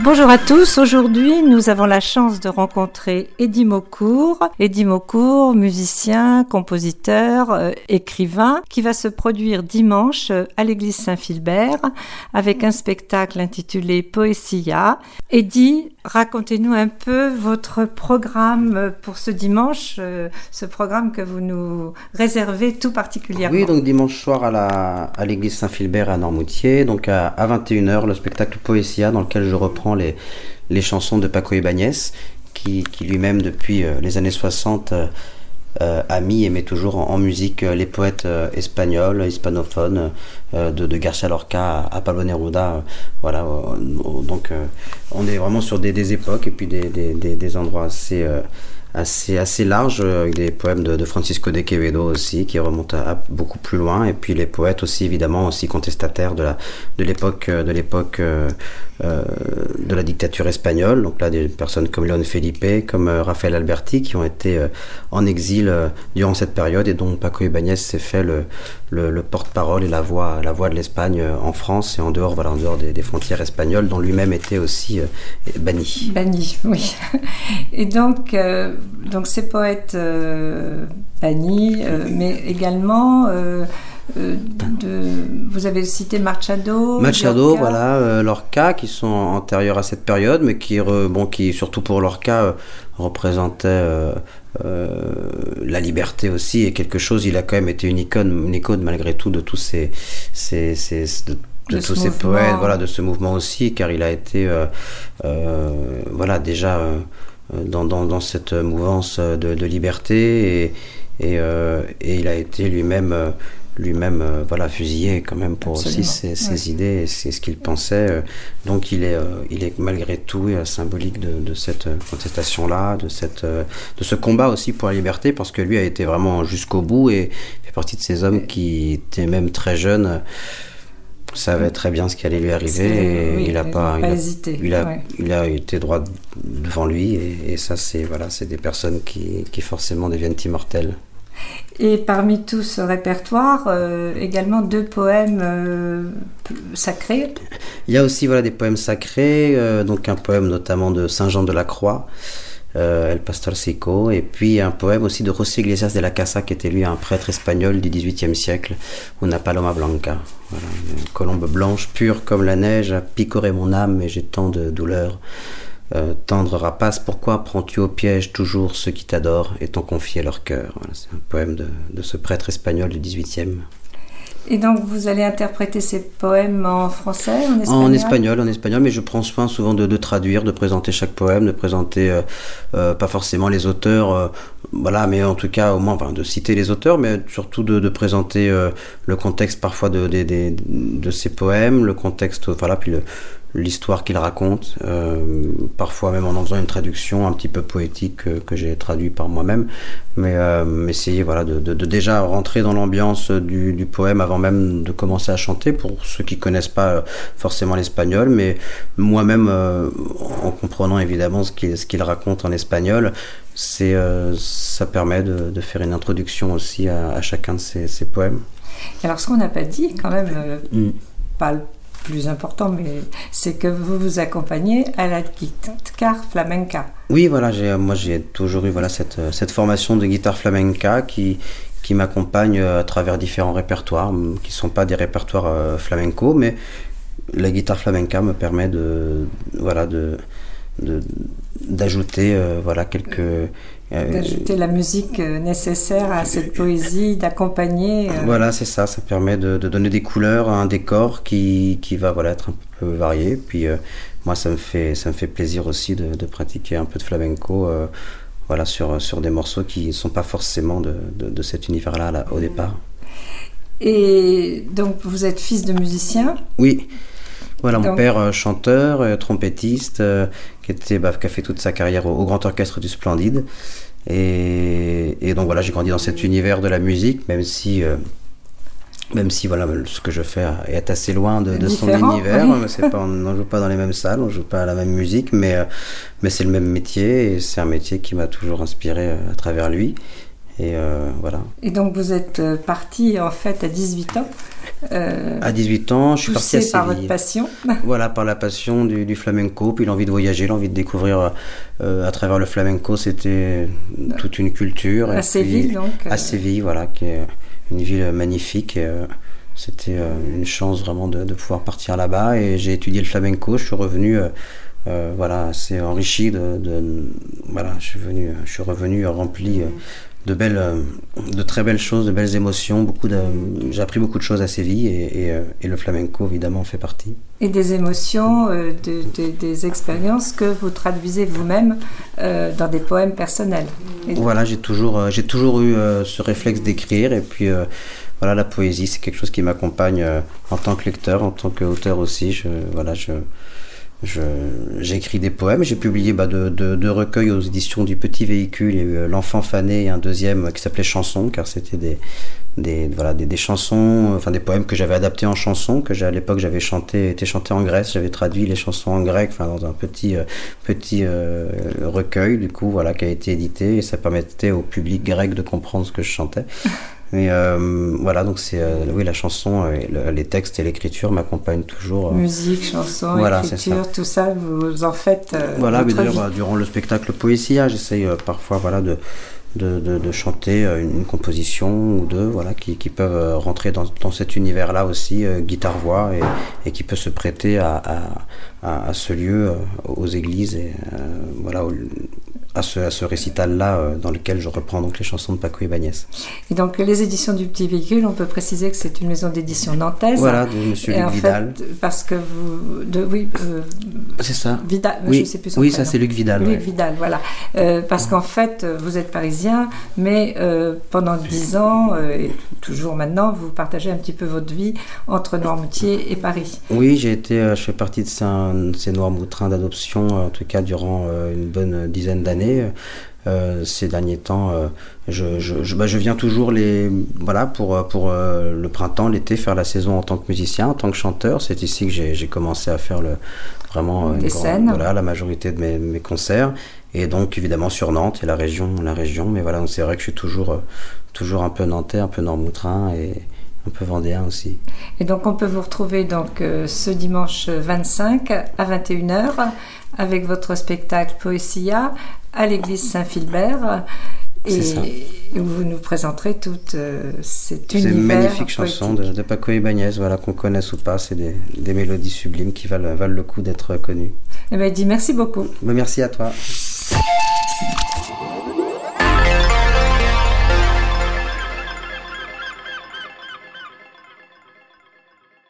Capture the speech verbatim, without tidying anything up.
Bonjour à tous, aujourd'hui nous avons la chance de rencontrer Eddy Maucourt. Eddy Maucourt, musicien, compositeur, euh, écrivain, qui va se produire dimanche euh, à l'église Saint-Philbert avec un spectacle intitulé Poesia. Eddy, racontez-nous un peu votre programme pour ce dimanche, euh, ce programme que vous nous réservez tout particulièrement. Oui, donc dimanche soir à, la, à l'église Saint-Philbert à Noirmoutier, donc à, à vingt et une heures, le spectacle Poesia dans lequel je reprends les, les chansons de Paco Ibáñez, qui, qui lui-même depuis euh, les années soixante euh, a mis et met toujours en, en musique euh, les poètes euh, espagnols, hispanophones, euh, de, de García Lorca à, à Pablo Neruda. Euh, voilà, euh, donc euh, on est vraiment sur des, des époques et puis des, des, des, des endroits assez... Euh, assez, assez large, avec des poèmes de, de Francisco de Quevedo aussi, qui remontent à, à beaucoup plus loin, et puis les poètes aussi, évidemment, aussi contestataires de, la, de l'époque, de, l'époque euh, euh, de la dictature espagnole, donc là, des personnes comme León Felipe, comme euh, Rafael Alberti, qui ont été euh, en exil euh, durant cette période, et dont Paco Ibáñez s'est fait le, le, le porte-parole et la voix, la voix de l'Espagne euh, en France, et en dehors, voilà, en dehors des, des frontières espagnoles, dont lui-même était aussi euh, banni. Banni, oui. Et donc... Euh... Donc ces poètes euh, bannis, euh, mais également, euh, euh, de, vous avez cité Machado. Machado, Lorca. voilà, euh, Lorca, qui sont antérieurs à cette période, mais qui, re, bon, qui surtout pour Lorca, euh, représentaient euh, euh, la liberté aussi, et quelque chose, il a quand même été une icône, une icône malgré tout de tous ces... ces, ces de, de, de tous ces mouvement. poètes, voilà, de ce mouvement aussi, car il a été, euh, euh, voilà, déjà... Euh, Dans, dans, dans cette mouvance de, de liberté, et, et, euh, et il a été lui-même, lui-même euh, voilà, fusillé quand même pour Absolument. aussi ses, ses ouais. idées et c'est ce qu'il pensait. Donc il est, euh, il est malgré tout symbolique de, de cette contestation-là, de, cette, de ce combat aussi pour la liberté, parce que lui a été vraiment jusqu'au bout et fait partie de ces hommes qui étaient même très jeunes, savait très bien ce qui allait lui arriver. C'est, et oui, il a pas, pas il a, hésité. Il a, ouais. il a été droit devant lui et, et ça c'est voilà, c'est des personnes qui, qui forcément deviennent immortelles. Et parmi tout ce répertoire, euh, également deux poèmes euh, sacrés. Il y a aussi voilà des poèmes sacrés, euh, donc un poème notamment de Saint Jean de la Croix. Euh, El Pastorcico, et puis un poème aussi de José Iglesias de la Casa, qui était lui un prêtre espagnol du dix-huitième siècle, Una paloma blanca, voilà, une colombe blanche pure comme la neige a picoré mon âme et j'ai tant de douleur. Euh, tendre rapace, pourquoi prends-tu au piège toujours ceux qui t'adorent et t'ont confié leur cœur. Voilà, c'est un poème de, de ce prêtre espagnol du dix-huitième. Et donc vous allez interpréter ces poèmes en français, en espagnol ? En espagnol, en espagnol, mais je prends soin souvent de, de traduire, de présenter chaque poème, de présenter euh, euh, pas forcément les auteurs, euh, voilà, mais en tout cas au moins enfin, de citer les auteurs, mais surtout de, de présenter euh, le contexte parfois de, de, de, de ces poèmes, le contexte, voilà, puis le, l'histoire qu'ils racontent, euh, parfois même en en faisant une traduction un petit peu poétique que, que j'ai traduit par moi-même, mais euh, essayer voilà, de, de, de déjà rentrer dans l'ambiance du, du poème avant même de commencer à chanter, pour ceux qui connaissent pas forcément l'espagnol, mais moi-même, euh, en comprenant évidemment ce qu'il, ce qu'il raconte en espagnol, c'est, euh, ça permet de, de faire une introduction aussi à, à chacun de ces, ces poèmes. Alors ce qu'on n'a pas dit quand même, euh, mm. pas le plus important, mais c'est que vous vous accompagnez à la guitare flamenca. Oui, voilà, j'ai, moi j'ai toujours eu voilà, cette, cette formation de guitare flamenca qui, qui m'accompagne à travers différents répertoires, qui ne sont pas des répertoires euh, flamenco, mais la guitare flamenca me permet de, voilà, de, de, d'ajouter euh, voilà, quelques... Euh, d'ajouter la musique nécessaire à cette poésie, d'accompagner. Euh... Voilà, c'est ça, ça permet de, de donner des couleurs à un décor qui, qui va voilà, être un peu varié. Puis euh, moi, ça me fait, ça me fait plaisir aussi de, de pratiquer un peu de flamenco euh, voilà, sur, sur des morceaux qui ne sont pas forcément de, de, de cet univers-là là, au départ. Et donc, vous êtes fils de musicien ? Oui. Voilà, donc... mon père euh, chanteur, euh, trompettiste, euh, qui, était, bah, qui a fait toute sa carrière au, au Grand Orchestre du Splendide. Et, et donc voilà, j'ai grandi dans cet univers de la musique, même si, euh, même si voilà, ce que je fais est assez loin de, de son univers. Oui. C'est pas, on ne joue pas dans les mêmes salles, on ne joue pas à la même musique, mais, euh, mais c'est le même métier et c'est un métier qui m'a toujours inspiré à travers lui. Et euh, voilà. Et donc vous êtes parti en fait à dix-huit ans Euh, à dix-huit ans, je suis parti à Séville. Par votre passion. Voilà, par la passion du, du flamenco, puis l'envie de voyager, l'envie de découvrir euh, à travers le flamenco, c'était toute une culture. À Séville, donc. À Séville, voilà, qui est une ville magnifique. Et, euh, c'était euh, une chance vraiment de, de pouvoir partir là-bas. Et j'ai étudié le flamenco. Je suis revenu, euh, euh, voilà, assez enrichi de, de, voilà, je suis venu, je suis revenu rempli. Euh, de belles, de très belles choses, de belles émotions. Beaucoup de, j'ai appris beaucoup de choses à Séville et, et, et le flamenco évidemment en fait partie. Et des émotions, euh, de, de, des expériences que vous traduisez vous-même euh, dans des poèmes personnels. Et voilà, j'ai toujours, euh, j'ai toujours eu euh, ce réflexe d'écrire et puis euh, voilà, la poésie c'est quelque chose qui m'accompagne euh, en tant que lecteur, en tant qu'auteur aussi. Je, voilà, je Je, j'ai écrit des poèmes, j'ai publié bah, deux de, de recueils aux éditions du Petit Véhicule. Il y a eu L'Enfant Fané et un deuxième qui s'appelait Chansons, car c'était des, des, voilà, des, des chansons, enfin des poèmes que j'avais adaptés en chansons, que j'ai, à l'époque j'avais chanté, été chanté en Grèce, j'avais traduit les chansons en grec, enfin dans un petit, euh, petit euh, recueil du coup, voilà, qui a été édité et ça permettait au public grec de comprendre ce que je chantais. Et euh, voilà, donc c'est euh, oui, la chanson, et le, les textes et l'écriture m'accompagnent toujours. Euh, Musique, chanson, voilà, écriture, ça. Tout ça, vous en faites. Euh, voilà, mais d'ailleurs, bah, durant le spectacle Poésia, j'essaye euh, parfois voilà, de, de, de, de chanter une, une composition ou deux voilà, qui, qui peuvent rentrer dans, dans cet univers-là aussi, euh, guitare-voix, et, et qui peut se prêter à, à, à, à ce lieu, euh, aux églises, et euh, voilà, au, à ce, à ce récital-là euh, dans lequel je reprends donc les chansons de Paco Ibáñez. Et donc les éditions du Petit Véhicule, on peut préciser que c'est une maison d'édition nantaise. Voilà, de Monsieur Luc Vidal. Fait, parce que vous, de, oui, euh, c'est ça. Vidal, oui, je sais plus son oui, prénom. Ça c'est Luc Vidal. Luc ouais. Vidal, voilà. Euh, parce qu'en fait, vous êtes parisien, mais euh, pendant dix ans euh, et toujours maintenant, vous partagez un petit peu votre vie entre Noirmoutier et Paris. Oui, j'ai été, euh, je fais partie de ces, ces Noirmoutrins d'adoption, en tout cas durant euh, une bonne dizaine d'années. Euh, ces derniers temps, euh, je, je, je, bah, je viens toujours les, voilà, pour, pour euh, le printemps, l'été, faire la saison en tant que musicien, en tant que chanteur. C'est ici que j'ai, j'ai commencé à faire le, vraiment des grande, scènes. Voilà, la majorité de mes, mes concerts. Et donc évidemment sur Nantes et la région, la région. Mais voilà, donc c'est vrai que je suis toujours, euh, toujours un peu nantais, un peu nordmoutrin et un peu vendéen aussi. Et donc on peut vous retrouver donc euh, ce dimanche vingt-cinq à vingt et une heures avec votre spectacle Poésia à l'église Saint-Philbert. Et vous nous présenterez toute euh, cet univers. Ces magnifiques chansons de, de Paco Ibáñez, voilà, qu'on connaisse ou pas, c'est des, des mélodies sublimes qui valent, valent le coup d'être connues. Eh bien, il dit merci beaucoup. Ben, merci à toi.